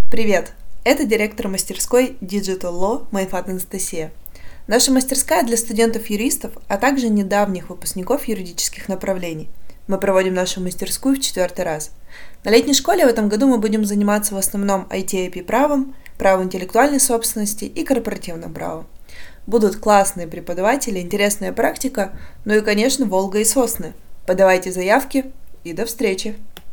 Привет! Это директор мастерской Digital Law Майнфат Анастасия. Наша мастерская для студентов-юристов, а также недавних выпускников юридических направлений. Мы проводим нашу мастерскую в 4-й раз. На летней школе в этом году мы будем заниматься в основном IT/IP правом, правом интеллектуальной собственности и корпоративным правом. Будут классные преподаватели, интересная практика, ну и, конечно, Волга и сосны. Подавайте заявки и до встречи!